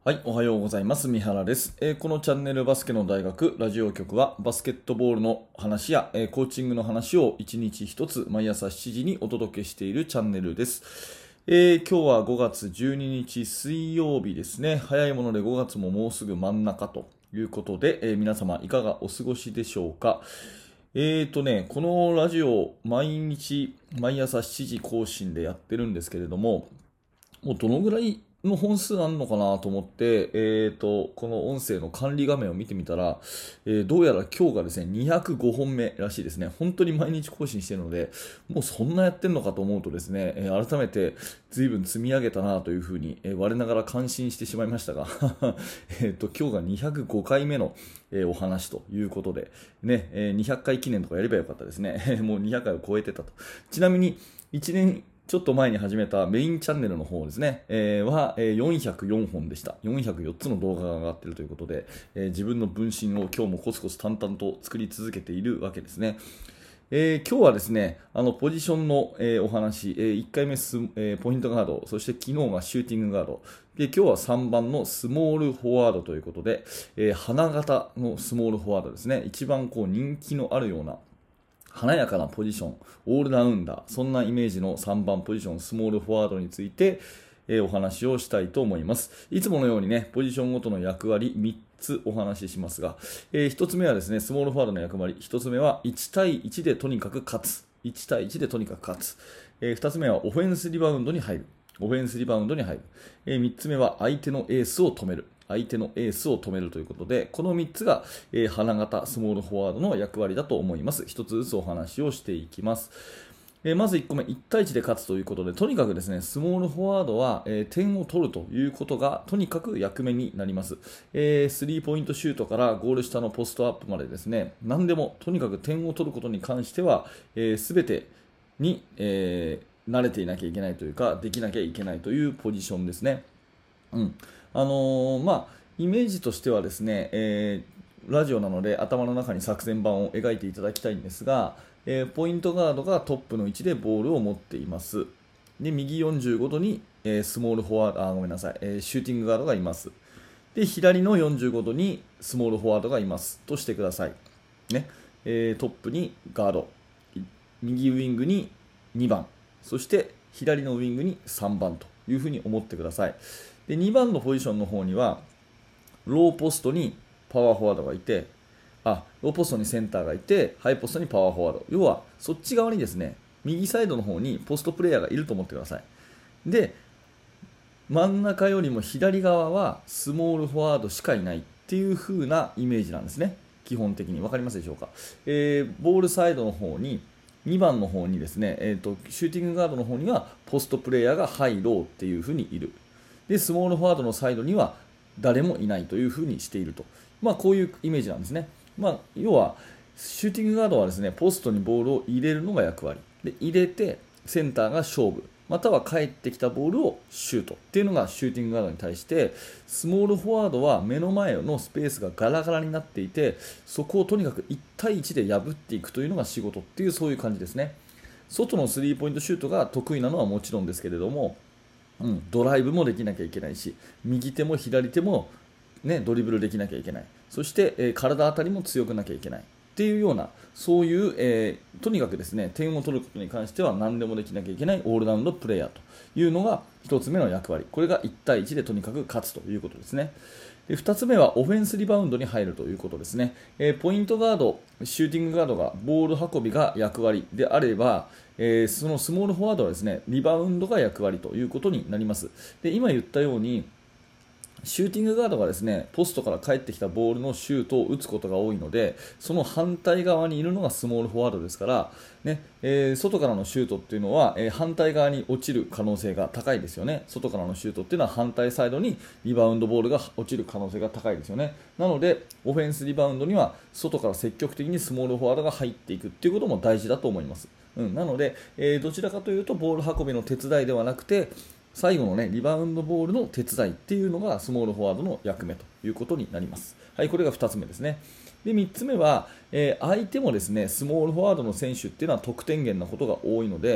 はい、おはようございます。三原です。このチャンネルバスケの大学ラジオ局はバスケットボールの話や、コーチングの話を1日1つ毎朝7時にお届けしているチャンネルです。今日は5月12日水曜日ですね。早いもので5月ももうすぐ真ん中ということで、皆様いかがお過ごしでしょうか。このラジオ毎日毎朝7時更新でやってるんですけれども、もうどのぐらいの本数あるのかなと思って、この音声の管理画面を見てみたら、どうやら今日がですね、205本目らしいですね。本当に毎日更新しているので、もうそんなやってるのかと思うとですね、改めて随分積み上げたなというふうに、我ながら感心してしまいましたが、今日が205回目の、お話ということで、ね、200回記念とかやればよかったですね。もう200回を超えてたと。ちなみに、1年ちょっと前に始めたメインチャンネルの方ですね、は、404本でした。404つの動画が上がっているということで、自分の分身を今日もコツコツ淡々と作り続けているわけですね。今日はですね、ポジションの、お話、1回目ポイントガード、そして昨日がシューティングガード、で今日は3番のスモールフォワードということで、花形のスモールフォワードですね、一番人気のあるような華やかなポジション、オールラウンダー、そんなイメージの3番ポジション、スモールフォワードについて、お話をしたいと思います。いつものようにね、ポジションごとの役割3つお話ししますが、1つ目はですね、スモールフォワードの役割、1つ目は1対1でとにかく勝つ。1対1でとにかく勝つ。2つ目はオフェンスリバウンドに入る。オフェンスリバウンドに入る。3つ目は相手のエースを止める。相手のエースを止めるということで、この3つが、花形スモールフォワードの役割だと思います。1つずつお話をしていきます。まず1個目、1対1で勝つということで、とにかくですね、スモールフォワードは、点を取るということが、とにかく役目になります。スリーポイントシュートからゴール下のポストアップまでですね、何でも、とにかく点を取ることに関しては、すべてに、慣れていなきゃいけないというか、できなきゃいけないというポジションですね。うん。イメージとしてはですね、ラジオなので頭の中に作戦版を描いていただきたいんですが、ポイントガードがトップの位置でボールを持っています。で、右45度に、スモールフォワード、ごめんなさい、シューティングガードがいます。で、左の45度にスモールフォワードがいますとしてください。ね、トップにガード、右ウイングに2番、そして左のウイングに3番というふうに思ってください。で、2番のポジションの方にはローポストにパワーフォワードがいて、ローポストにセンターがいて、ハイポストにパワーフォワード。要は、そっち側にですね、右サイドの方にポストプレイヤーがいると思ってください。で、真ん中よりも左側はスモールフォワードしかいないっていう風なイメージなんですね。基本的に。わかりますでしょうか。ボールサイドの方に、2番の方にですね、シューティングガードの方にはポストプレイヤーがハイローっていう風にいる。で、スモールフォワードのサイドには誰もいないという風にしていると。こういうイメージなんですね。要は、シューティングガードはですね、ポストにボールを入れるのが役割。で、入れて、センターが勝負。または返ってきたボールをシュートっていうのがシューティングガードに対して、スモールフォワードは目の前のスペースがガラガラになっていて、そこをとにかく1対1で破っていくというのが仕事っていう、そういう感じですね。外のスリーポイントシュートが得意なのはもちろんですけれども、ドライブもできなきゃいけないし、右手も左手も、ドリブルできなきゃいけない。そして、体当たりも強くなきゃいけないっていうような、そういう、とにかくですね、点を取ることに関しては何でもできなきゃいけないオールラウンドプレイヤーというのが1つ目の役割。これが1対1でとにかく勝つということですね。で、2つ目はオフェンスリバウンドに入るということですね。ポイントガード、シューティングガードがボール運びが役割であれば、そのスモールフォワードはですね、リバウンドが役割ということになります。で、今言ったように、シューティングガードがですね、ポストから返ってきたボールのシュートを打つことが多いので、その反対側にいるのがスモールフォワードですから、外からのシュートっていうのは、反対側に落ちる可能性が高いですよね。外からのシュートっていうのは反対サイドにリバウンドボールが落ちる可能性が高いですよね。なので、オフェンスリバウンドには外から積極的にスモールフォワードが入っていくっていうことも大事だと思います。なので、どちらかというとボール運びの手伝いではなくて、最後の、リバウンドボールの手伝いっていうのがスモールフォワードの役目ということになります。はい、これが2つ目ですね。で、3つ目は、相手もですね、スモールフォワードの選手っていうのは得点源なことが多いので、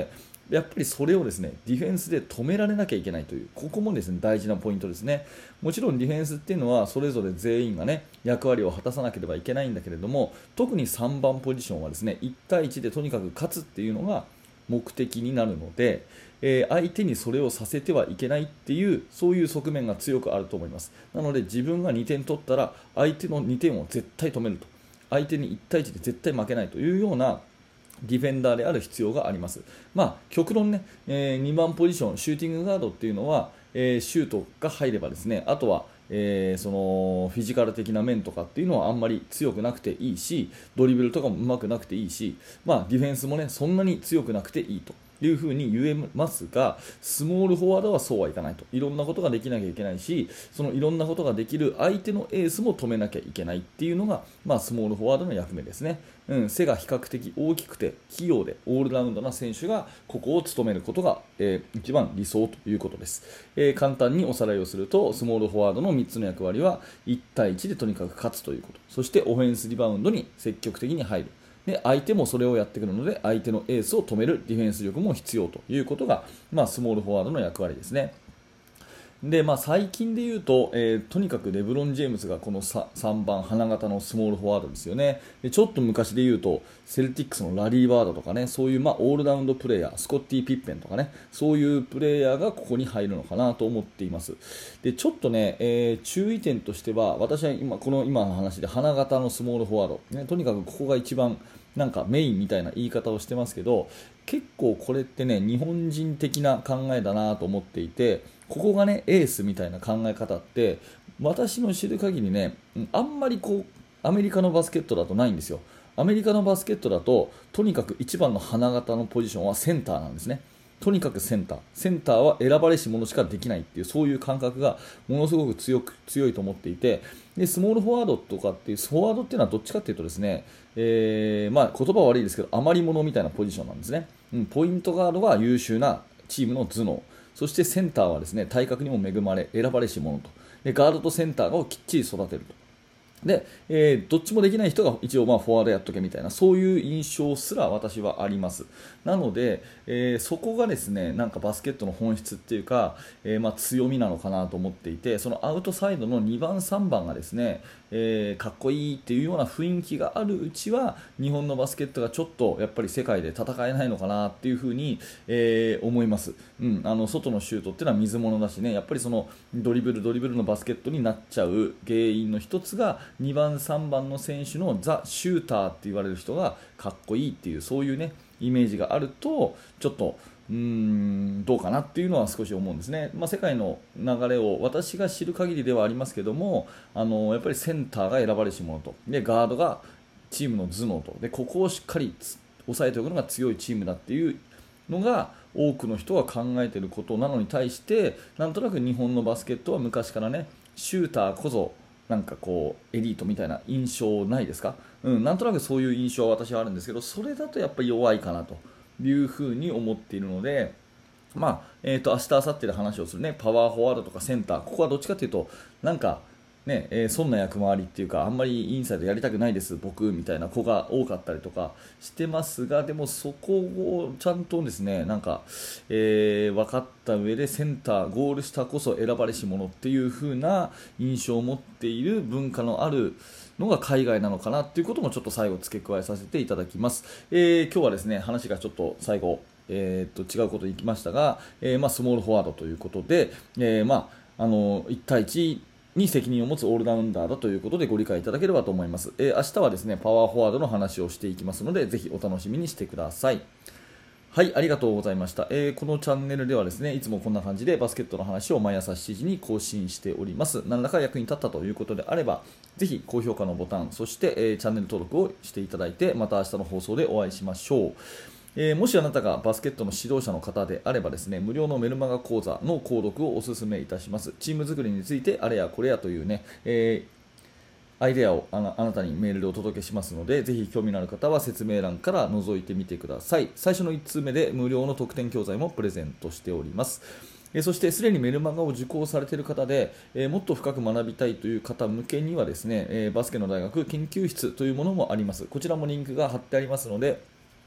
やっぱりそれをですねディフェンスで止められなきゃいけないという、ここもですね大事なポイントですね。もちろんディフェンスっていうのはそれぞれ全員がね役割を果たさなければいけないんだけれども、特に3番ポジションはですね1対1でとにかく勝つっていうのが目的になるので、相手にそれをさせてはいけないっていう、そういう側面が強くあると思います。なので自分が2点取ったら相手の2点を絶対止めると、相手に1対1で絶対負けないというようなディフェンダーである必要があります。極論ね、2番ポジションシューティングガードっていうのは、シュートが入ればですね、あとはそのフィジカル的な面とかっていうのはあんまり強くなくていいし、ドリブルとかも上手くなくていいし、ディフェンスもねそんなに強くなくていいというふうに言えますが、スモールフォワードはそうはいかないと。いろんなことができなきゃいけないし、そのいろんなことができる相手のエースも止めなきゃいけないっていうのが、スモールフォワードの役目ですね。背が比較的大きくて器用でオールラウンドな選手がここを務めることが、一番理想ということです。簡単におさらいをすると、スモールフォワードの3つの役割は1対1でとにかく勝つということ、そしてオフェンスリバウンドに積極的に入る、で相手もそれをやってくるので相手のエースを止めるディフェンス力も必要ということが、スモールフォワードの役割ですね。で最近で言うと、とにかくレブロン・ジェームズがこの3番花形のスモールフォワードですよね。でちょっと昔で言うとセルティックスのラリー・バードとかね、そういうオールラウンドプレーヤー、スコッティ・ピッペンとかね、そういうプレーヤーがここに入るのかなと思っています。でちょっとね、注意点としては、私は今の話で花形のスモールフォワード、ね、とにかくここが一番なんかメインみたいな言い方をしてますけど、結構これってね日本人的な考えだなと思っていて、ここがねエースみたいな考え方って私の知る限りね、あんまりアメリカのバスケットだとないんですよ。アメリカのバスケットだととにかく一番の花形のポジションはセンターなんですね。とにかくセンターは選ばれし者しかできないっていう、そういう感覚がものすごく強いと思っていて、でスモールフォワードとかっていう、フォワードっていうのはどっちかっていうとですね、言葉は悪いですけど余り者みたいなポジションなんですね。ポイントガードは優秀なチームの頭脳、そしてセンターはですね体格にも恵まれ選ばれし者と、でガードとセンターをきっちり育てると、で、どっちもできない人が一応フォワードやっとけみたいな、そういう印象すら私はあります。なので、そこがですねなんかバスケットの本質っていうか、強みなのかなと思っていて、そのアウトサイドの2番3番がですね、かっこいいっていうような雰囲気があるうちは日本のバスケットがちょっとやっぱり世界で戦えないのかなっていうふうに、思います。外のシュートっていうのは水物だしね、やっぱりそのドリブルのバスケットになっちゃう原因の一つが2番3番の選手のザ・シューターって言われる人がかっこいいっていう、そういうねイメージがあるとちょっとどうかなっていうのは少し思うんですね。世界の流れを私が知る限りではありますけども、やっぱりセンターが選ばれし者と、でガードがチームの頭脳と、でここをしっかり抑えておくのが強いチームだっていうのが多くの人が考えていることなのに対して、なんとなく日本のバスケットは昔からねシューターこそなんかエリートみたいな印象ないですか。なんとなくそういう印象は私はあるんですけど、それだとやっぱり弱いかなというふうに思っているので、明日明後日で話をするねパワーフォワードとかセンター、ここはどっちかというとなんかね、そんな役回りっていうか、あんまりインサイドやりたくないです僕みたいな子が多かったりとかしてますが、でもそこをちゃんとですねなんか、分かった上でセンターゴール下こそ選ばれし者っていう風な印象を持っている文化のあるのが海外なのかなっていうこともちょっと最後付け加えさせていただきます。今日はですね話がちょっと最後違うこと言いましたが、スモールフォワードということで、1対1に責任を持つオールラウンダーだということでご理解いただければと思います。明日はですねパワーフォワードの話をしていきますので、ぜひお楽しみにしてください。はい、ありがとうございました。このチャンネルではですねいつもこんな感じでバスケットの話を毎朝7時に更新しております。何らか役に立ったということであればぜひ高評価のボタン、そして、チャンネル登録をしていただいて、また明日の放送でお会いしましょう。もしあなたがバスケットの指導者の方であればですね無料のメルマガ講座の購読をお勧めいたします。チーム作りについてあれやこれやというね、アイデアをあなたにメールでお届けしますので、ぜひ興味のある方は説明欄から覗いてみてください。最初の1通目で無料の特典教材もプレゼントしております。そしてすでにメルマガを受講されている方で、もっと深く学びたいという方向けにはですね、バスケの大学研究室というものもあります。こちらもリンクが貼ってありますので、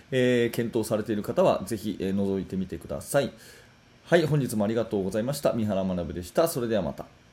検討されている方はぜひ、覗いてみてください。はい、本日もありがとうございました。三原学でした。それではまた。